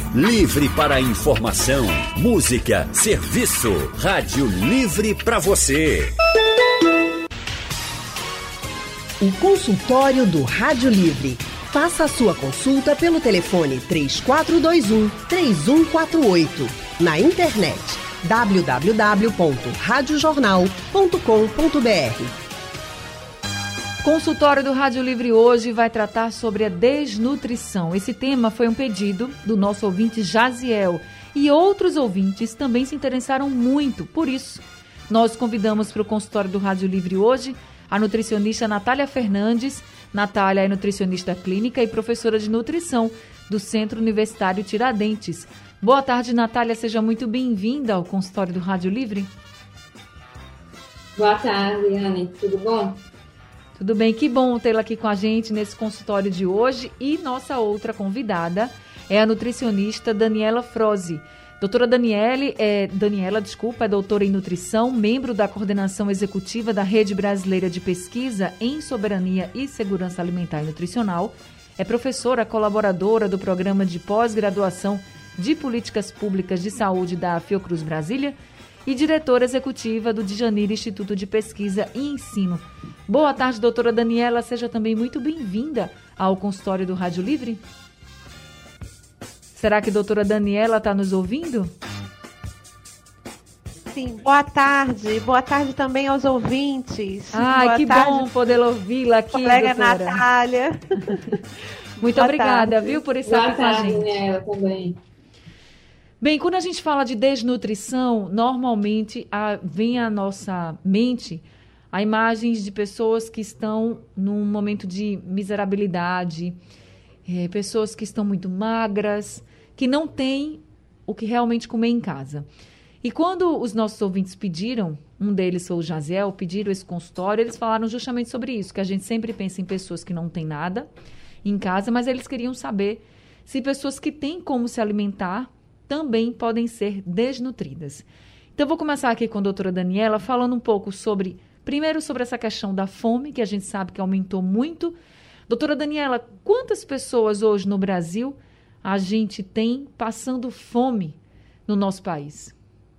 Livre para informação, música, serviço. Rádio Livre para você. O consultório do Rádio Livre. Faça a sua consulta pelo telefone 3421-3148. Na internet www.radiojornal.com.br. Consultório do Rádio Livre hoje vai tratar sobre a desnutrição. Esse tema foi um pedido do nosso ouvinte Jaziel e outros ouvintes também se interessaram muito. Por isso, nós convidamos para o consultório do Rádio Livre hoje a nutricionista Natália Fernandes. Natália é nutricionista clínica e professora de nutrição do Centro Universitário Tiradentes. Boa tarde, Natália. Seja muito bem-vinda ao consultório do Rádio Livre. Boa tarde, Anne. Tudo bom? Tudo bem, que bom tê-la aqui com a gente nesse consultório de hoje. E nossa outra convidada é a nutricionista Daniela Frozi. Doutora Daniela é doutora em nutrição, membro da coordenação executiva da Rede Brasileira de Pesquisa em Soberania e Segurança Alimentar e Nutricional. É professora colaboradora do programa de pós-graduação de Políticas Públicas de Saúde da Fiocruz Brasília e diretora executiva do Djanira Instituto de Pesquisa e Ensino. Boa tarde, doutora Daniela. Seja também muito bem-vinda ao consultório do Rádio Livre. Será que a doutora Daniela está nos ouvindo? Sim, boa tarde. Boa tarde também aos ouvintes. Boa que tarde, bom poder ouvi-la aqui, colega doutora. Natália. Muito boa obrigada, tarde. Viu, por estar aqui com a gente. Daniela, também. Bem, quando a gente fala de desnutrição, normalmente vem à nossa mente a imagens de pessoas que estão num momento de miserabilidade, pessoas que estão muito magras, que não têm o que realmente comer em casa. E quando os nossos ouvintes pediram, um deles foi o Jaziel, pediram esse consultório, eles falaram justamente sobre isso, que a gente sempre pensa em pessoas que não têm nada em casa, mas eles queriam saber se pessoas que têm como se alimentar também podem ser desnutridas. Então, eu vou começar aqui com a doutora Daniela, falando um pouco primeiro sobre essa questão da fome, que a gente sabe que aumentou muito. Doutora Daniela, quantas pessoas hoje no Brasil a gente tem passando fome no nosso país?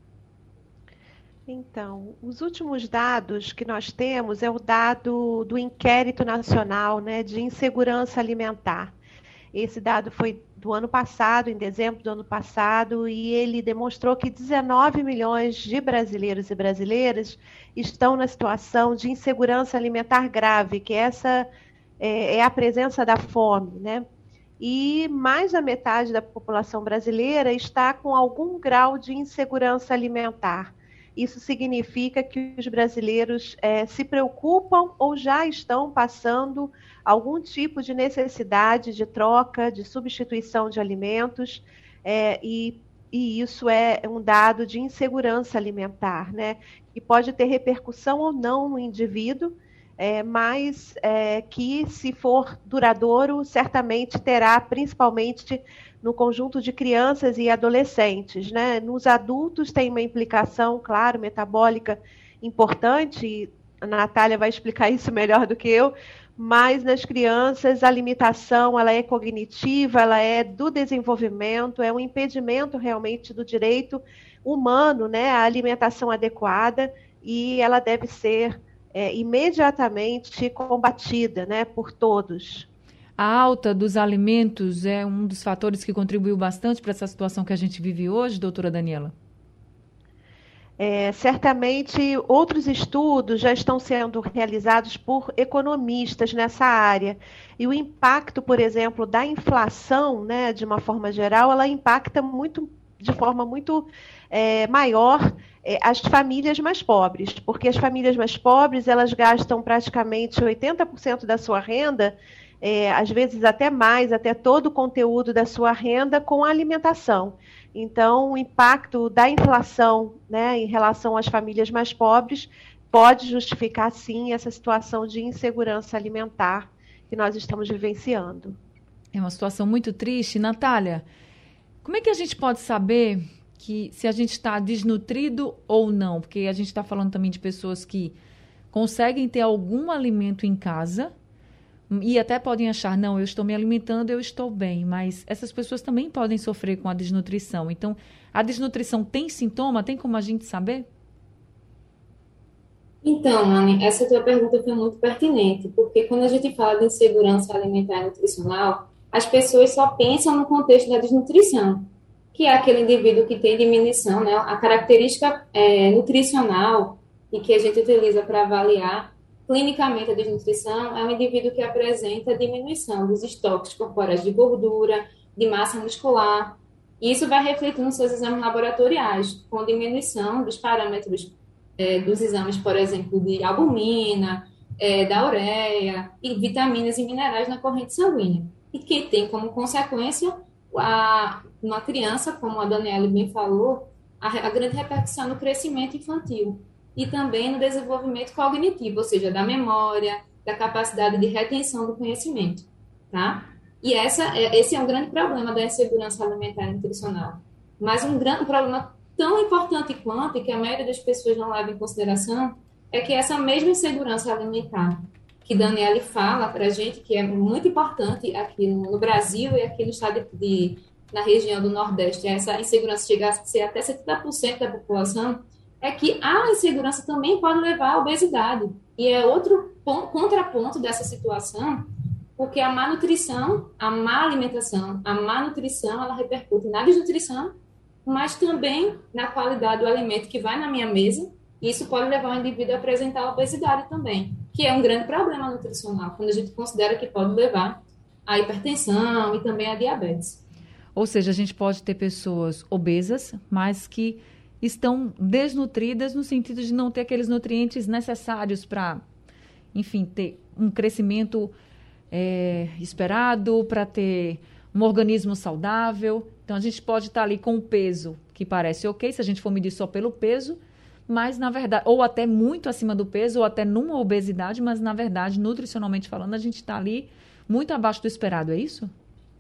Então, os últimos dados que nós temos é o dado do Inquérito Nacional, né, de Insegurança Alimentar. Esse dado foi do ano passado, em dezembro do ano passado, e ele demonstrou que 19 milhões de brasileiros e brasileiras estão na situação de insegurança alimentar grave, que essa é a presença da fome, né? E mais da metade da população brasileira está com algum grau de insegurança alimentar. Isso significa que os brasileiros se preocupam ou já estão passando algum tipo de necessidade de troca, de substituição de alimentos, e isso é um dado de insegurança alimentar, né? Que pode ter repercussão ou não no indivíduo, mas que, se for duradouro, certamente terá, principalmente no conjunto de crianças e adolescentes, né? Nos adultos tem uma implicação, claro, metabólica importante, e a Natália vai explicar isso melhor do que eu, mas nas crianças a limitação ela é cognitiva, ela é do desenvolvimento, é um impedimento realmente do direito humano, né? A alimentação adequada, e ela deve ser imediatamente combatida, né, por todos. A alta dos alimentos é um dos fatores que contribuiu bastante para essa situação que a gente vive hoje, doutora Daniela? Certamente outros estudos já estão sendo realizados por economistas nessa área. E o impacto, por exemplo, da inflação, né, de uma forma geral, ela impacta de forma muito maior as famílias mais pobres, porque as famílias mais pobres elas gastam praticamente 80% da sua renda, às vezes até mais, até todo o conteúdo da sua renda com a alimentação. Então, o impacto da inflação, né, em relação às famílias mais pobres pode justificar, sim, essa situação de insegurança alimentar que nós estamos vivenciando. É uma situação muito triste. Natália, como é que a gente pode saber se a gente está desnutrido ou não? Porque a gente está falando também de pessoas que conseguem ter algum alimento em casa, e até podem achar, não, eu estou me alimentando, eu estou bem, mas essas pessoas também podem sofrer com a desnutrição. Então, a desnutrição tem sintoma? Tem como a gente saber? Então, Anne, essa tua pergunta foi muito pertinente, porque quando a gente fala de insegurança alimentar e nutricional, as pessoas só pensam no contexto da desnutrição, que é aquele indivíduo que tem diminuição, né? A característica nutricional e que a gente utiliza para avaliar clinicamente a desnutrição é um indivíduo que apresenta diminuição dos estoques corporais de gordura, de massa muscular. E isso vai refletir nos seus exames laboratoriais, com diminuição dos parâmetros dos exames, por exemplo, de albumina, da ureia, e vitaminas e minerais na corrente sanguínea. E que tem como consequência, uma criança, como a Daniela bem falou, a grande repercussão no crescimento infantil e também no desenvolvimento cognitivo, ou seja, da memória, da capacidade de retenção do conhecimento, tá? E esse é um grande problema da insegurança alimentar e nutricional. Mas um problema tão importante quanto, e que a maioria das pessoas não leva em consideração, é que essa mesma insegurança alimentar que Daniele fala para a gente, que é muito importante aqui no Brasil e aqui no estado na região do Nordeste, essa insegurança chegar a ser até 70% da população, é que a insegurança também pode levar à obesidade. E é outro contraponto dessa situação, porque a má nutrição, a má alimentação, a má nutrição, ela repercute na desnutrição, mas também na qualidade do alimento que vai na minha mesa. Isso pode levar o indivíduo a apresentar obesidade também, que é um grande problema nutricional, quando a gente considera que pode levar à hipertensão e também à diabetes. Ou seja, a gente pode ter pessoas obesas, mas que estão desnutridas no sentido de não ter aqueles nutrientes necessários para, enfim, ter um crescimento esperado, para ter um organismo saudável. Então, a gente pode estar ali com um peso que parece ok, se a gente for medir só pelo peso, mas, na verdade, ou até muito acima do peso, ou até numa obesidade, mas, na verdade, nutricionalmente falando, a gente está ali muito abaixo do esperado, é isso?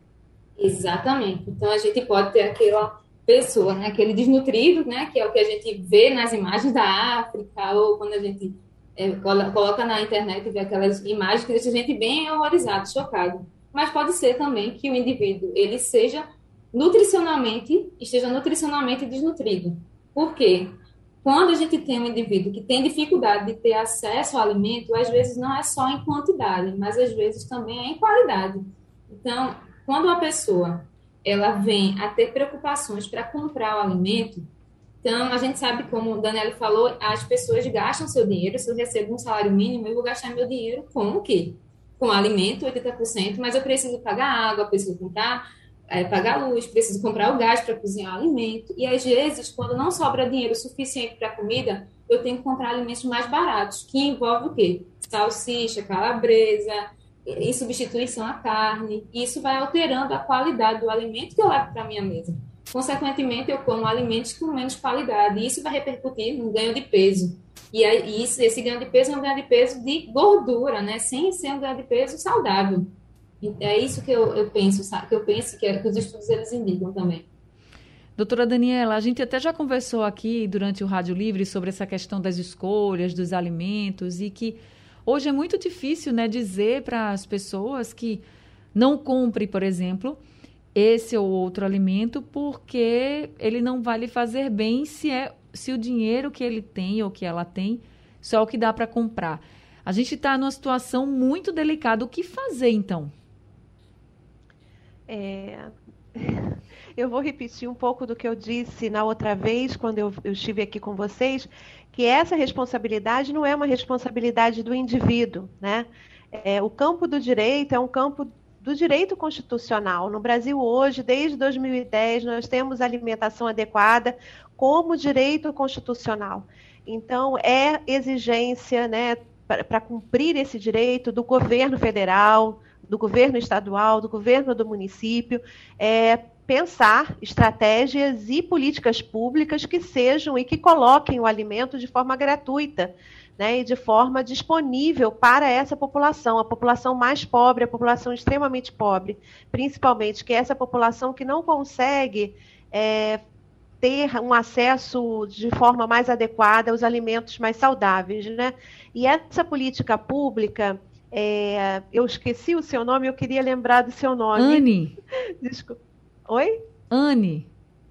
Exatamente. Então, a gente pode ter aquela pessoa, né, aquele desnutrido, né, que é o que a gente vê nas imagens da África, ou quando a gente coloca na internet e vê aquelas imagens que deixa a gente bem horrorizado, chocado. Mas pode ser também que o indivíduo ele esteja nutricionalmente desnutrido. Por quê? Quando a gente tem um indivíduo que tem dificuldade de ter acesso ao alimento, às vezes não é só em quantidade, mas às vezes também é em qualidade. Então, quando a pessoa ela vem a ter preocupações para comprar o alimento, então a gente sabe, como o Daniela falou, as pessoas gastam seu dinheiro. Se eu recebo um salário mínimo, eu vou gastar meu dinheiro com o quê? Com alimento, 80%, mas eu preciso pagar água, preciso pagar luz, preciso comprar o gás para cozinhar o alimento. E às vezes, quando não sobra dinheiro suficiente para a comida, eu tenho que comprar alimentos mais baratos, que envolve o quê? Salsicha, calabresa, em substituição à carne. Isso vai alterando a qualidade do alimento que eu levo para a minha mesa. Consequentemente, eu como alimentos com menos qualidade. E isso vai repercutir no ganho de peso. E aí, esse ganho de peso é um ganho de peso de gordura, né? Sem ser um ganho de peso saudável. É isso que eu penso, sabe? Que os estudos eles indicam também. Doutora Daniela, a gente até já conversou aqui durante o Rádio Livre sobre essa questão das escolhas, dos alimentos, e que hoje é muito difícil, né, dizer para as pessoas que não compre, por exemplo, esse ou outro alimento, porque ele não vai lhe fazer bem se o dinheiro que ele tem ou que ela tem só é o que dá para comprar. A gente está numa situação muito delicada. O que fazer, então? Eu vou repetir um pouco do que eu disse na outra vez, quando eu estive aqui com vocês, que essa responsabilidade não é uma responsabilidade do indivíduo, né? O campo do direito é um campo do direito constitucional. No Brasil hoje, desde 2010, nós temos alimentação adequada como direito constitucional. Então, é exigência, né, para cumprir esse direito do governo federal, do governo estadual, do governo do município, pensar estratégias e políticas públicas que sejam e que coloquem o alimento de forma gratuita, né, e de forma disponível para essa população, a população mais pobre, a população extremamente pobre, principalmente, que é essa população que não consegue ter um acesso de forma mais adequada aos alimentos mais saudáveis, né? E essa política pública, Eu esqueci o seu nome, eu queria lembrar do seu nome. Anne. Desculpa. Oi? Anne,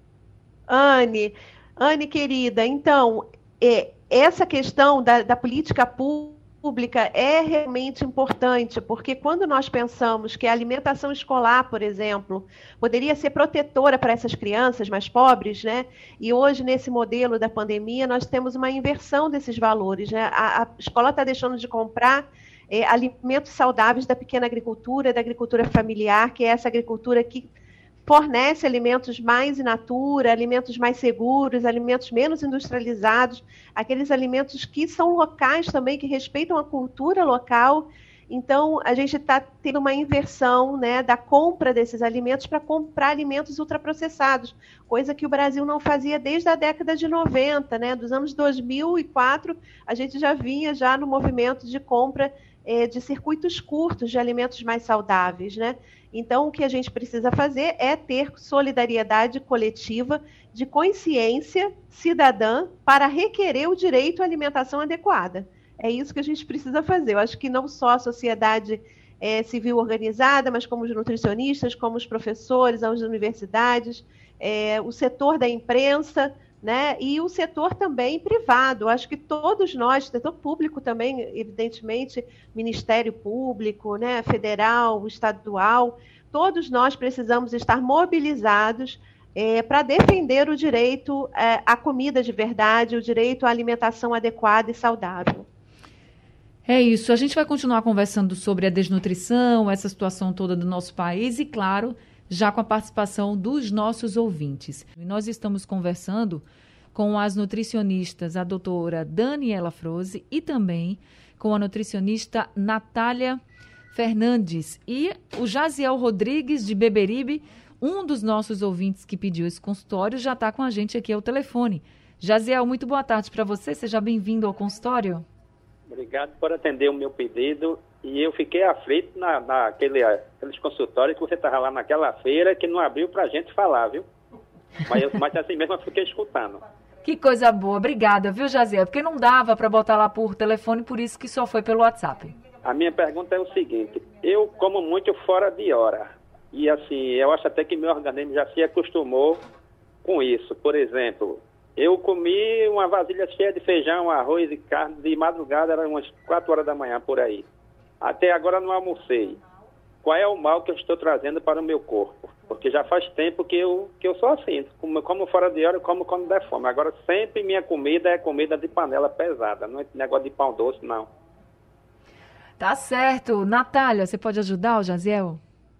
querida, então, essa questão da política pública é realmente importante, porque quando nós pensamos que a alimentação escolar, por exemplo, poderia ser protetora para essas crianças mais pobres, né? E hoje, nesse modelo da pandemia, nós temos uma inversão desses valores, né? A escola está deixando de comprar alimentos saudáveis da pequena agricultura, da agricultura familiar, que é essa agricultura que fornece alimentos mais in natura, alimentos mais seguros, alimentos menos industrializados, aqueles alimentos que são locais também, que respeitam a cultura local. Então, a gente está tendo uma inversão, né, da compra desses alimentos para comprar alimentos ultraprocessados, coisa que o Brasil não fazia desde a década de 90, né? Dos anos 2004, a gente já vinha no movimento de compra de circuitos curtos de alimentos mais saudáveis, né? Então, o que a gente precisa fazer é ter solidariedade coletiva de consciência cidadã para requerer o direito à alimentação adequada. É isso que a gente precisa fazer. Eu acho que não só a sociedade civil organizada, mas como os nutricionistas, como os professores, as universidades, o setor da imprensa, né? E o setor também privado. Acho que todos nós, setor público também, evidentemente, Ministério Público, né? Federal, estadual, todos nós precisamos estar mobilizados para defender o direito à comida de verdade, o direito à alimentação adequada e saudável. É isso. A gente vai continuar conversando sobre a desnutrição, essa situação toda do nosso país e, claro, já com a participação dos nossos ouvintes. E nós estamos conversando com as nutricionistas, a doutora Daniela Froze e também com a nutricionista Natália Fernandes e o Jaziel Rodrigues de Beberibe, um dos nossos ouvintes que pediu esse consultório, já está com a gente aqui ao telefone. Jaziel, muito boa tarde para você, seja bem-vindo ao consultório. Obrigado por atender o meu pedido. E eu fiquei aflito naqueles consultórios que você estava lá naquela feira que não abriu para a gente falar, viu? Mas assim mesmo eu fiquei escutando. Que coisa boa, obrigada, viu, Jaziel? Porque não dava para botar lá por telefone, por isso que só foi pelo WhatsApp. A minha pergunta é o seguinte, eu como muito fora de hora. E assim, eu acho até que meu organismo já se acostumou com isso. Por exemplo, eu comi uma vasilha cheia de feijão, arroz e carne de madrugada, era umas 4 horas da manhã por aí. Até agora não almocei. Qual é o mal que eu estou trazendo para o meu corpo? Porque já faz tempo que eu sou assim. Como fora de hora, eu como quando der fome. Agora sempre minha comida é comida de panela pesada. Não é negócio de pão doce, não. Tá certo. Natália, você pode ajudar o Jaziel?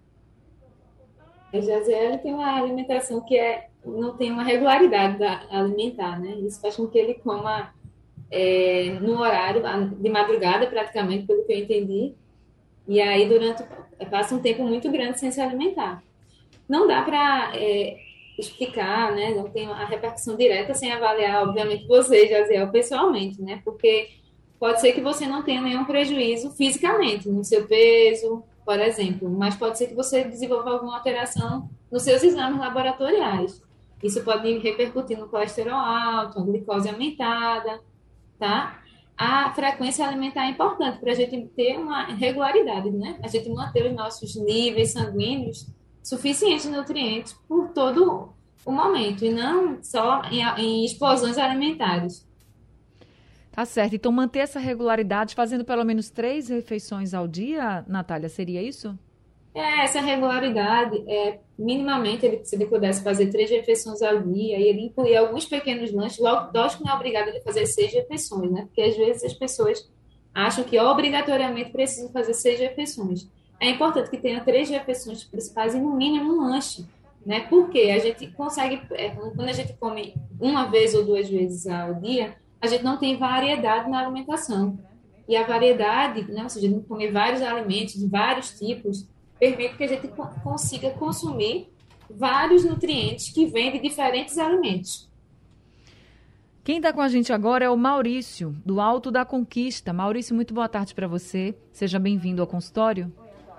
O Jaziel tem uma alimentação que não tem uma regularidade alimentar, né? Isso faz com que ele coma no horário de madrugada, praticamente, pelo que eu entendi, e aí passa um tempo muito grande sem se alimentar. Não dá para explicar, né? Não tem a repercussão direta sem avaliar, obviamente, você, Jaziel, pessoalmente, né? Porque pode ser que você não tenha nenhum prejuízo fisicamente, no seu peso, por exemplo, mas pode ser que você desenvolva alguma alteração nos seus exames laboratoriais. Isso pode repercutir no colesterol alto, a glicose aumentada, tá? A frequência alimentar é importante para a gente ter uma regularidade, né? A gente manter os nossos níveis sanguíneos suficientes de nutrientes por todo o momento, e não só em explosões alimentares. Tá certo. Então, manter essa regularidade, fazendo pelo menos 3 refeições ao dia, Natália, seria isso? Essa regularidade, minimamente, se ele pudesse fazer 3 refeições ao dia, e ele incluir alguns pequenos lanches, lógico que não é obrigado a fazer 6 refeições, né? Porque às vezes as pessoas acham que obrigatoriamente precisam fazer 6 refeições. É importante que tenha 3 refeições principais e no mínimo um lanche, né? Porque a gente consegue, quando a gente come uma vez ou 2 vezes ao dia, a gente não tem variedade na alimentação. E a variedade, né? Ou seja, a gente comer vários alimentos de vários tipos, permite que a gente consiga consumir vários nutrientes que vêm de diferentes alimentos. Quem está com a gente agora é o Maurício, do Alto da Conquista. Maurício, muito boa tarde para você. Seja bem-vindo ao consultório.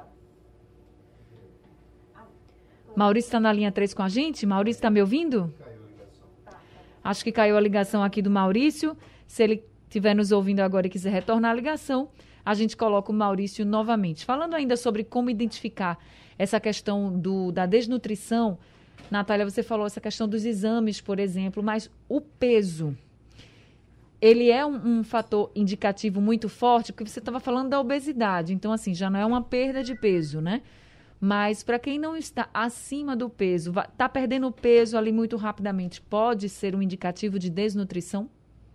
Maurício está na linha 3 com a gente? Maurício, está me ouvindo? Acho que caiu a ligação aqui do Maurício. Se ele estiver nos ouvindo agora e quiser retornar a ligação, a gente coloca o Maurício novamente. Falando ainda sobre como identificar essa questão da desnutrição, Natália, você falou essa questão dos exames, por exemplo, mas o peso, ele é um fator indicativo muito forte, porque você estava falando da obesidade, então assim, já não é uma perda de peso, né? Mas para quem não está acima do peso, está perdendo peso ali muito rapidamente, pode ser um indicativo de desnutrição?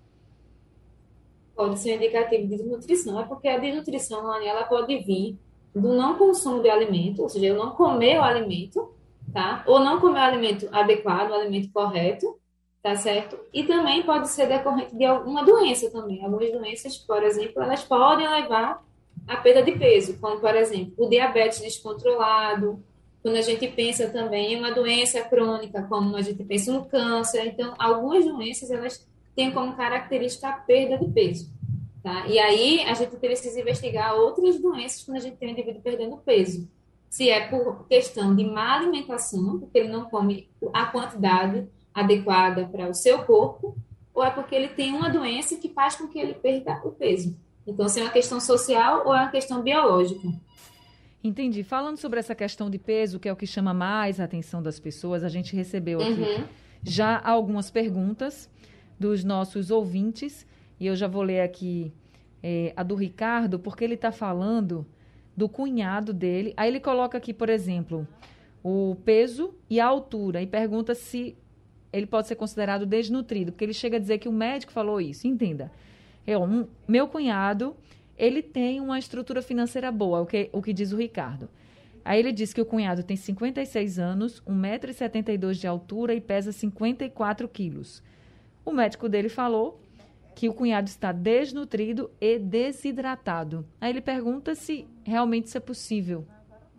Pode ser um indicativo de desnutrição, é porque a desnutrição, Anny, ela pode vir do não consumo de alimento, ou seja, eu não comer o alimento, tá? Ou não comer o alimento adequado, o alimento correto, tá certo? E também pode ser decorrente de alguma doença também. Algumas doenças, por exemplo, elas podem levar à perda de peso, como, por exemplo, o diabetes descontrolado, quando a gente pensa também em uma doença crônica, como a gente pensa no câncer. Então, algumas doenças, elas têm como característica a perda de peso, tá? E aí, a gente precisa investigar outras doenças quando a gente tem um indivíduo perdendo peso. Se é por questão de má alimentação, porque ele não come a quantidade adequada para o seu corpo, ou é porque ele tem uma doença que faz com que ele perda o peso. Então, se é uma questão social ou é uma questão biológica. Entendi. Falando sobre essa questão de peso, que é o que chama mais a atenção das pessoas, a gente recebeu aqui já algumas perguntas dos nossos ouvintes, e eu já vou ler aqui a do Ricardo, porque ele está falando do cunhado dele. Aí ele coloca aqui, por exemplo, o peso e a altura, e pergunta se ele pode ser considerado desnutrido, porque ele chega a dizer que o médico falou isso. Entenda. Meu cunhado, ele tem uma estrutura financeira boa, o que diz o Ricardo. Aí ele diz que o cunhado tem 56 anos, 1,72 m de altura e pesa 54 quilos. O médico dele falou que o cunhado está desnutrido e desidratado. Aí ele pergunta se realmente isso é possível.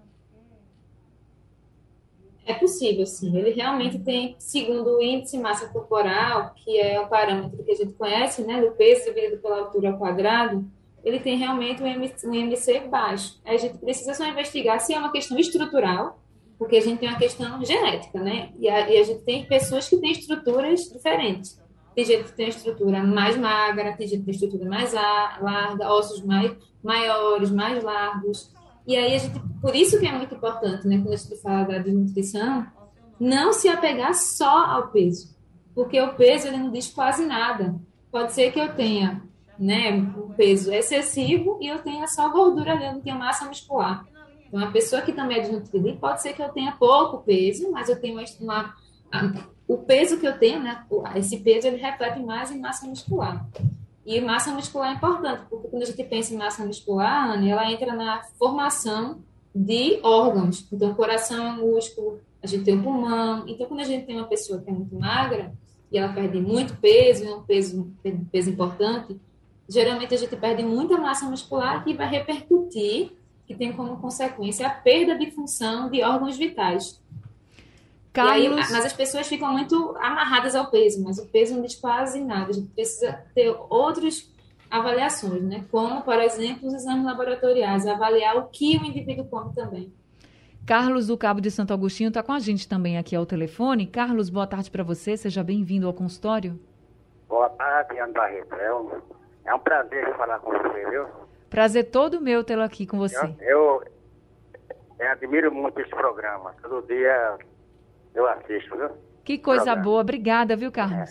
É possível, sim. Ele realmente tem, segundo o índice de massa corporal, que é o parâmetro que a gente conhece, né, do peso dividido pela altura ao quadrado, ele tem realmente um IMC baixo. A gente precisa só investigar se é uma questão estrutural, porque a gente tem uma questão genética, né? E a gente tem pessoas que têm estruturas diferentes. Tem gente que tem uma estrutura mais magra, tem gente que tem estrutura mais larga, ossos maiores, mais largos. E aí, por isso que é muito importante, né, quando a gente fala da desnutrição, não se apegar só ao peso. Porque o peso, ele não diz quase nada. Pode ser que eu tenha, né, um peso excessivo e eu tenha só gordura ali, eu não tenho massa muscular. Então, a pessoa que também é desnutrida, pode ser que eu tenha pouco peso, mas eu tenho o peso que eu tenho, né, esse peso, ele reflete mais em massa muscular. E massa muscular é importante, porque quando a gente pensa em massa muscular, Anny, ela entra na formação de órgãos. Então, o coração é um músculo, a gente tem o pulmão. Então, quando a gente tem uma pessoa que é muito magra e ela perde muito peso, e é um peso importante, geralmente a gente perde muita massa muscular que vai repercutir, que tem como consequência a perda de função de órgãos vitais. Aí, mas as pessoas ficam muito amarradas ao peso, mas o peso não diz quase nada. A gente precisa ter outras avaliações, né? Como, por exemplo, os exames laboratoriais, avaliar o que o indivíduo come também. Carlos do Cabo de Santo Agostinho está com a gente também aqui ao telefone. Carlos, boa tarde para você, seja bem-vindo ao consultório. Boa tarde, Ana Barreto. É um prazer falar com você, viu? Prazer todo meu tê-lo aqui com você. Eu admiro muito esse programa. Todo dia eu assisto, viu? Que coisa boa. Obrigada, viu, Carlos?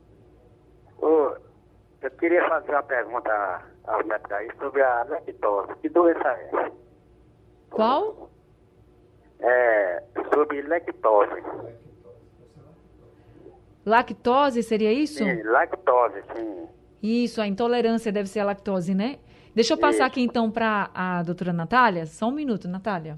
Eu queria fazer uma pergunta ao médico aí sobre a lactose. Que doença é? Qual? Sobre lactose. Lactose, seria isso? Sim, lactose, sim. Isso, a intolerância deve ser a lactose, né? Deixa eu passar aqui então para a doutora Natália. Só um minuto, Natália.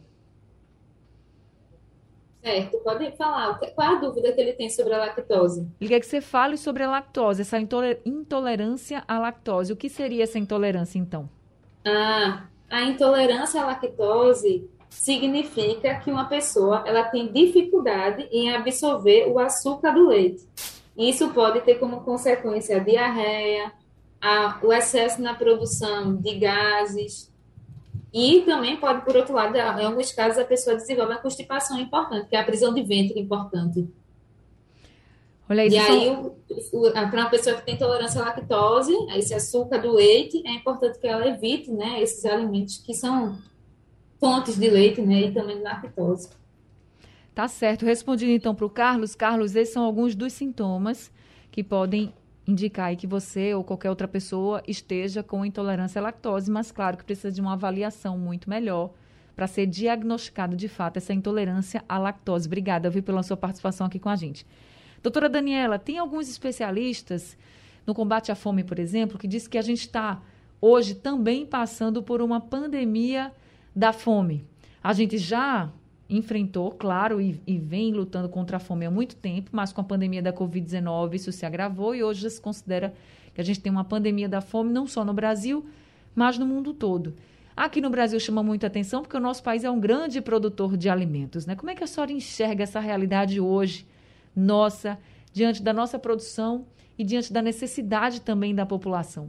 Certo, pode falar. Qual a dúvida que ele tem sobre a lactose? Ele quer que você fale sobre a lactose, essa intolerância à lactose. O que seria essa intolerância, então? A intolerância à lactose significa que uma pessoa ela tem dificuldade em absorver o açúcar do leite. Isso pode ter como consequência a diarreia, o excesso na produção de gases. E também pode, por outro lado, em alguns casos, a pessoa desenvolve uma constipação importante, que é a prisão de ventre importante. Olha, E isso aí, para uma pessoa que tem intolerância à lactose, a esse açúcar do leite, é importante que ela evite, né, esses alimentos que são fontes de leite, né, e também de lactose. Tá certo. Respondendo então para o Carlos. Carlos, esses são alguns dos sintomas que podem indicar aí que você ou qualquer outra pessoa esteja com intolerância à lactose, mas claro que precisa de uma avaliação muito melhor para ser diagnosticado de fato essa intolerância à lactose. Obrigada, viu, pela sua participação aqui com a gente. Doutora Daniela, tem alguns especialistas no combate à fome, por exemplo, que diz que a gente está hoje também passando por uma pandemia da fome. A gente já enfrentou, claro, e vem lutando contra a fome há muito tempo, mas com a pandemia da Covid-19 isso se agravou e hoje já se considera que a gente tem uma pandemia da fome não só no Brasil, mas no mundo todo. Aqui no Brasil chama muita atenção porque o nosso país é um grande produtor de alimentos, né? Como é que a senhora enxerga essa realidade hoje, nossa, diante da nossa produção e diante da necessidade também da população?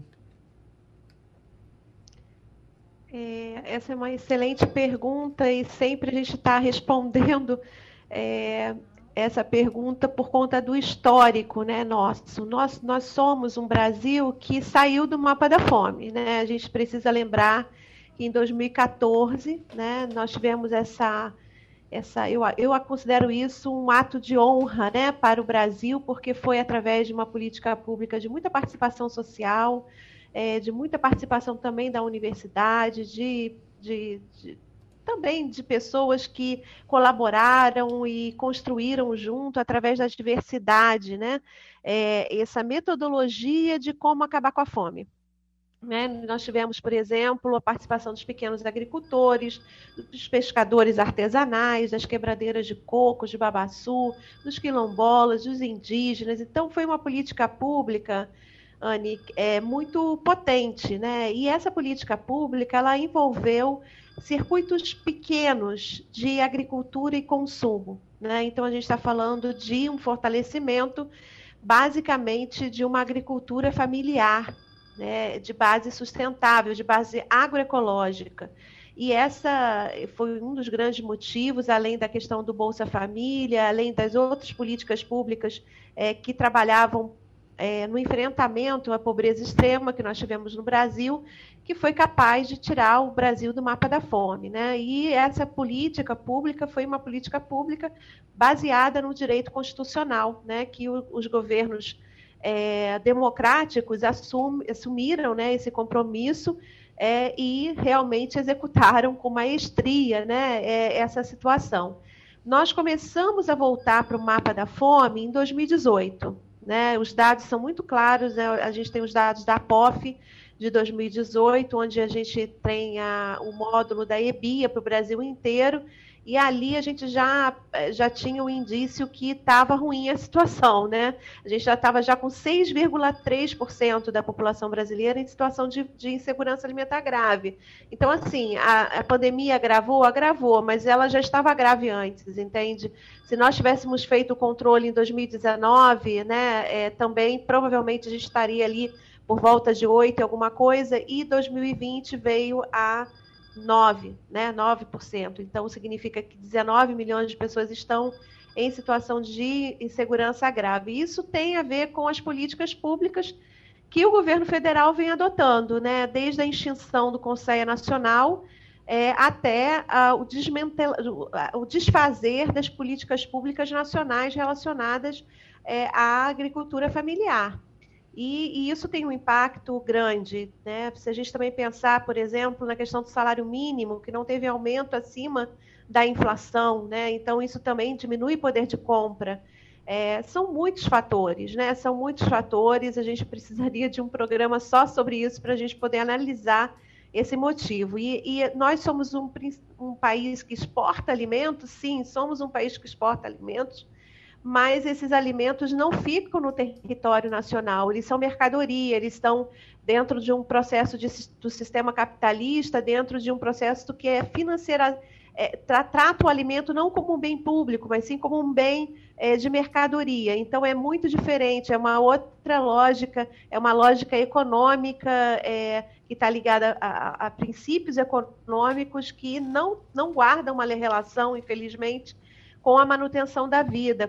Essa é uma excelente pergunta e sempre a gente está respondendo essa pergunta por conta do histórico, né, nosso. Nós somos um Brasil que saiu do mapa da fome, né? A gente precisa lembrar que em 2014, né, nós tivemos eu considero isso um ato de honra, né, para o Brasil, porque foi através de uma política pública de muita participação social, de muita participação também da universidade, também de pessoas que colaboraram e construíram junto, através da diversidade, né, essa metodologia de como acabar com a fome. Né? Nós tivemos, por exemplo, a participação dos pequenos agricultores, dos pescadores artesanais, das quebradeiras de coco, de babaçu, dos quilombolas, dos indígenas. Então, foi uma política pública, Anne, muito potente, né? E essa política pública, ela envolveu circuitos pequenos de agricultura e consumo, né? Então, a gente está falando de um fortalecimento, basicamente, de uma agricultura familiar, né, de base sustentável, de base agroecológica. E essa foi um dos grandes motivos, além da questão do Bolsa Família, além das outras políticas públicas que trabalhavam no enfrentamento à pobreza extrema que nós tivemos no Brasil, que foi capaz de tirar o Brasil do mapa da fome, né? E essa política pública foi uma política pública baseada no direito constitucional, né, que os governos democráticos assumiram, né, esse compromisso e realmente executaram com maestria, né, essa situação. Nós começamos a voltar para o mapa da fome em 2018. Né? Os dados são muito claros, né? A gente tem os dados da APOF de 2018, onde a gente tem o módulo da EBIA para o Brasil inteiro, e ali a gente já tinha um indício que estava ruim a situação, né? A gente já estava com 6,3% da população brasileira em situação de insegurança alimentar grave. Então, assim, a pandemia agravou, mas ela já estava grave antes, entende? Se nós tivéssemos feito o controle em 2019, né, também provavelmente a gente estaria ali por volta de 8 alguma coisa, e 2020 veio a 9%. Então, significa que 19 milhões de pessoas estão em situação de insegurança grave. Isso tem a ver com as políticas públicas que o governo federal vem adotando, né? Desde a extinção do Conselho Nacional até o desfazer das políticas públicas nacionais relacionadas à agricultura familiar. E isso tem um impacto grande, né? Se a gente também pensar, por exemplo, na questão do salário mínimo, que não teve aumento acima da inflação, né? Então, isso também diminui o poder de compra. São muitos fatores, né? São muitos fatores, a gente precisaria de um programa só sobre isso para a gente poder analisar esse motivo. E nós somos um país que exporta alimentos, sim, somos um país que exporta alimentos, mas esses alimentos não ficam no território nacional, eles são mercadoria, eles estão dentro de um processo do sistema capitalista, dentro de um processo que é financeiro, trata o alimento não como um bem público, mas sim como um bem de mercadoria. Então, é muito diferente, é uma outra lógica, é uma lógica econômica que está ligada a princípios econômicos que não guardam uma relação, infelizmente, com a manutenção da vida,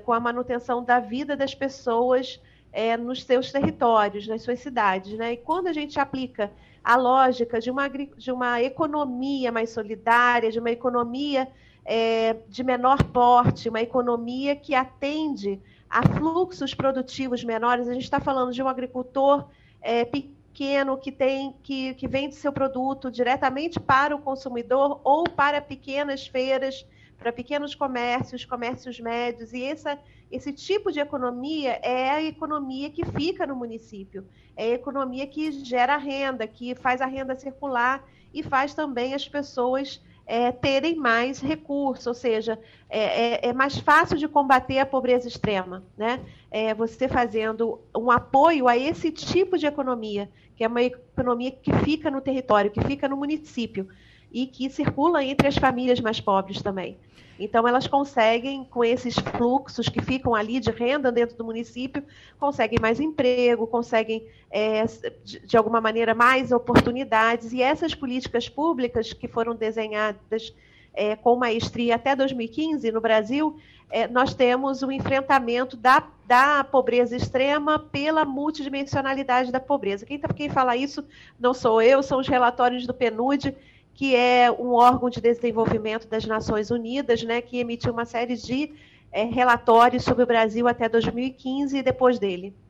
das pessoas nos seus territórios, nas suas cidades, né? E quando a gente aplica a lógica de uma economia mais solidária, de uma economia de menor porte, uma economia que atende a fluxos produtivos menores, a gente está falando de um agricultor pequeno que vende seu produto diretamente para o consumidor ou para pequenas feiras, para pequenos comércios médios, e esse tipo de economia é a economia que fica no município, é a economia que gera renda, que faz a renda circular e faz também as pessoas terem mais recursos, ou seja, é mais fácil de combater a pobreza extrema, né? Você fazendo um apoio a esse tipo de economia, que é uma economia que fica no território, que fica no município, e que circula entre as famílias mais pobres também. Então, elas conseguem, com esses fluxos que ficam ali de renda dentro do município, conseguem mais emprego, conseguem, de alguma maneira, mais oportunidades. E essas políticas públicas que foram desenhadas com maestria até 2015 no Brasil, nós temos o enfrentamento da pobreza extrema pela multidimensionalidade da pobreza. Quem fala isso não sou eu, são os relatórios do PNUD, que é um órgão de desenvolvimento das Nações Unidas, né, que emitiu uma série de relatórios sobre o Brasil até 2015 e depois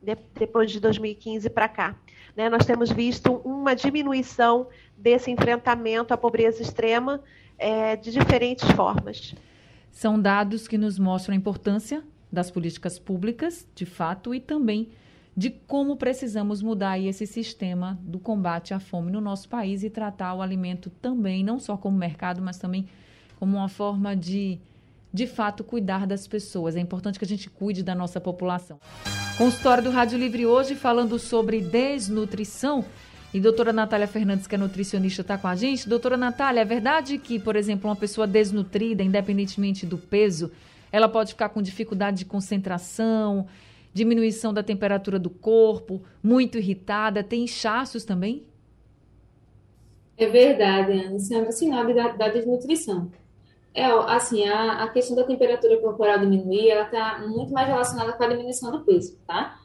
de 2015 para cá. Né, nós temos visto uma diminuição desse enfrentamento à pobreza extrema de diferentes formas. São dados que nos mostram a importância das políticas públicas, de fato, e também de como precisamos mudar aí esse sistema do combate à fome no nosso país e tratar o alimento também, não só como mercado, mas também como uma forma de fato, cuidar das pessoas. É importante que a gente cuide da nossa população. Consultório do Rádio Livre hoje falando sobre desnutrição. E doutora Natália Fernandes, que é nutricionista, está com a gente. Doutora Natália, é verdade que, por exemplo, uma pessoa desnutrida, independentemente do peso, ela pode ficar com dificuldade de concentração, diminuição da temperatura do corpo, muito irritada, tem inchaços também? É verdade, Ana. Isso é um sinal da desnutrição. Assim, a questão da temperatura corporal diminuir, ela está muito mais relacionada com a diminuição do peso, tá?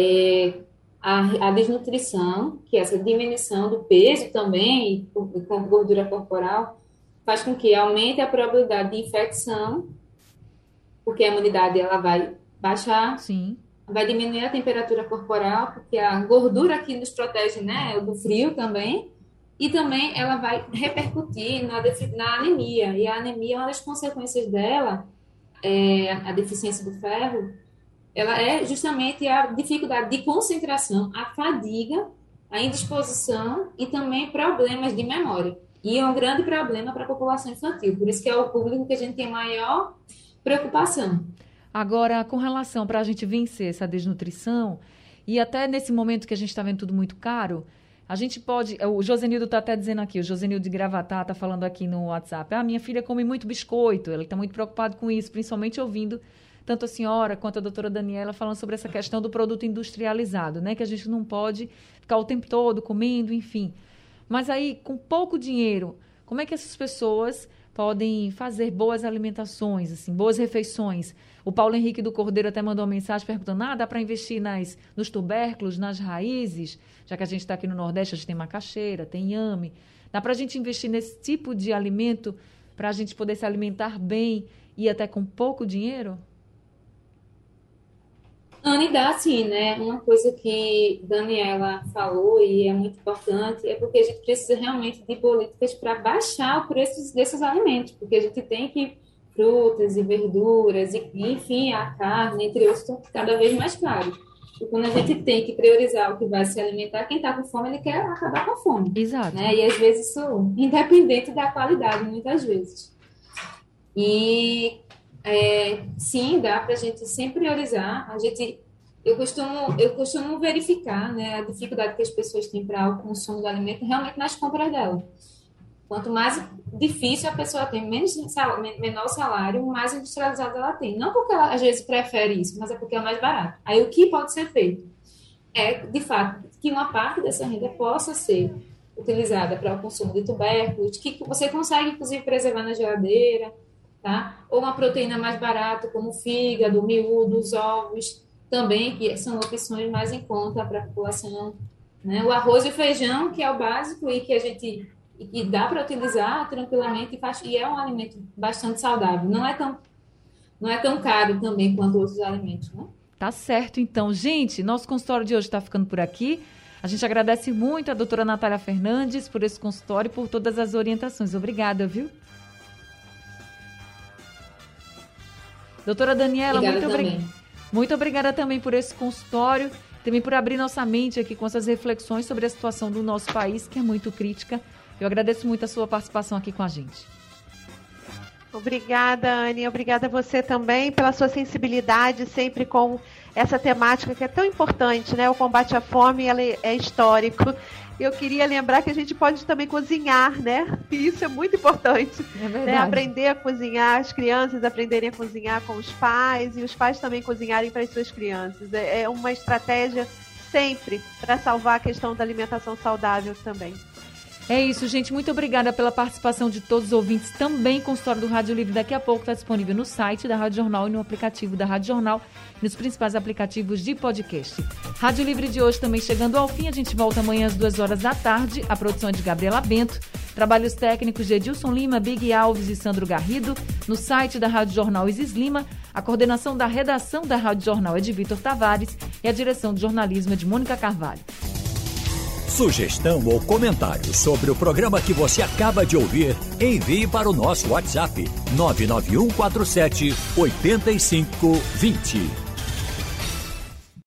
A desnutrição, que é essa diminuição do peso também, com gordura corporal, faz com que aumente a probabilidade de infecção, porque a imunidade ela vai baixar. Sim. Vai diminuir a temperatura corporal, porque a gordura aqui nos protege, né, do frio também, e também ela vai repercutir na anemia, e a anemia, uma das consequências dela, a deficiência do ferro, ela é justamente a dificuldade de concentração, a fadiga, a indisposição e também problemas de memória. E é um grande problema para a população infantil, por isso que é o público que a gente tem maior preocupação. Agora, com relação para a gente vencer essa desnutrição, e até nesse momento que a gente está vendo tudo muito caro, a gente pode... O Josenildo está até dizendo aqui, o Josenildo de Gravatá está falando aqui no WhatsApp, minha filha come muito biscoito, ele está muito preocupado com isso, principalmente ouvindo tanto a senhora quanto a doutora Daniela falando sobre essa questão do produto industrializado, né? Que a gente não pode ficar o tempo todo comendo, enfim. Mas aí, com pouco dinheiro, como é que essas pessoas podem fazer boas alimentações, assim, boas refeições? O Paulo Henrique do Cordeiro até mandou uma mensagem perguntando, dá para investir nos tubérculos, nas raízes? Já que a gente está aqui no Nordeste, a gente tem macaxeira, tem inhame. Dá para a gente investir nesse tipo de alimento para a gente poder se alimentar bem e até com pouco dinheiro? Anne, dá sim, né? Uma coisa que Daniela falou e é muito importante é porque a gente precisa realmente de políticas para baixar o preço desses alimentos, porque a gente tem que frutas e verduras e, enfim, a carne, entre outros, estão cada vez mais caros. E quando a gente tem que priorizar o que vai se alimentar, quem está com fome, ele quer acabar com a fome. Exato. Né? E às vezes isso independente da qualidade, muitas vezes. E sim, dá para a gente sempre priorizar. Eu costumo verificar, né, a dificuldade que as pessoas têm para o consumo do alimento realmente nas compras dela. Quanto mais difícil a pessoa tem, menor salário, mais industrializado ela tem. Não porque ela, às vezes, prefere isso, mas é porque é mais barato. Aí, o que pode ser feito? É, de fato, que uma parte dessa renda possa ser utilizada para o consumo de tubérculos, que você consegue, inclusive, preservar na geladeira, tá? Ou uma proteína mais barata, como o fígado, o miúdo, os ovos, também, que são opções mais em conta para a população, né? O arroz e o feijão, que é o básico e que a gente e dá para utilizar tranquilamente e é um alimento bastante saudável. Não é tão caro também quanto outros alimentos, né? Tá certo, então. Gente, nosso consultório de hoje está ficando por aqui. A gente agradece muito a doutora Natália Fernandes por esse consultório e por todas as orientações. Obrigada, viu? Doutora Daniela, muito obrigada também por esse consultório, também por abrir nossa mente aqui com essas reflexões sobre a situação do nosso país, que é muito crítica. Eu agradeço muito a sua participação aqui com a gente. Obrigada, Anny. Obrigada a você também pela sua sensibilidade sempre com essa temática que é tão importante, né? O combate à fome, ele é histórico. Eu queria lembrar que a gente pode também cozinhar, né? E isso é muito importante. É verdade. Né? Aprender a cozinhar, as crianças aprenderem a cozinhar com os pais e os pais também cozinharem para as suas crianças. É uma estratégia sempre para salvar a questão da alimentação saudável também. É isso, gente. Muito obrigada pela participação de todos os ouvintes. Também consultório do Rádio Livre daqui a pouco está disponível no site da Rádio Jornal e no aplicativo da Rádio Jornal, nos principais aplicativos de podcast. Rádio Livre de hoje também chegando ao fim. A gente volta amanhã às 2h. A produção é de Gabriela Bento. Trabalhos técnicos de Edilson Lima, Big Alves e Sandro Garrido. No site da Rádio Jornal Isis Lima. A coordenação da redação da Rádio Jornal é de Vitor Tavares e a direção de jornalismo é de Mônica Carvalho. Sugestão ou comentário sobre o programa que você acaba de ouvir, envie para o nosso WhatsApp 99147 8520.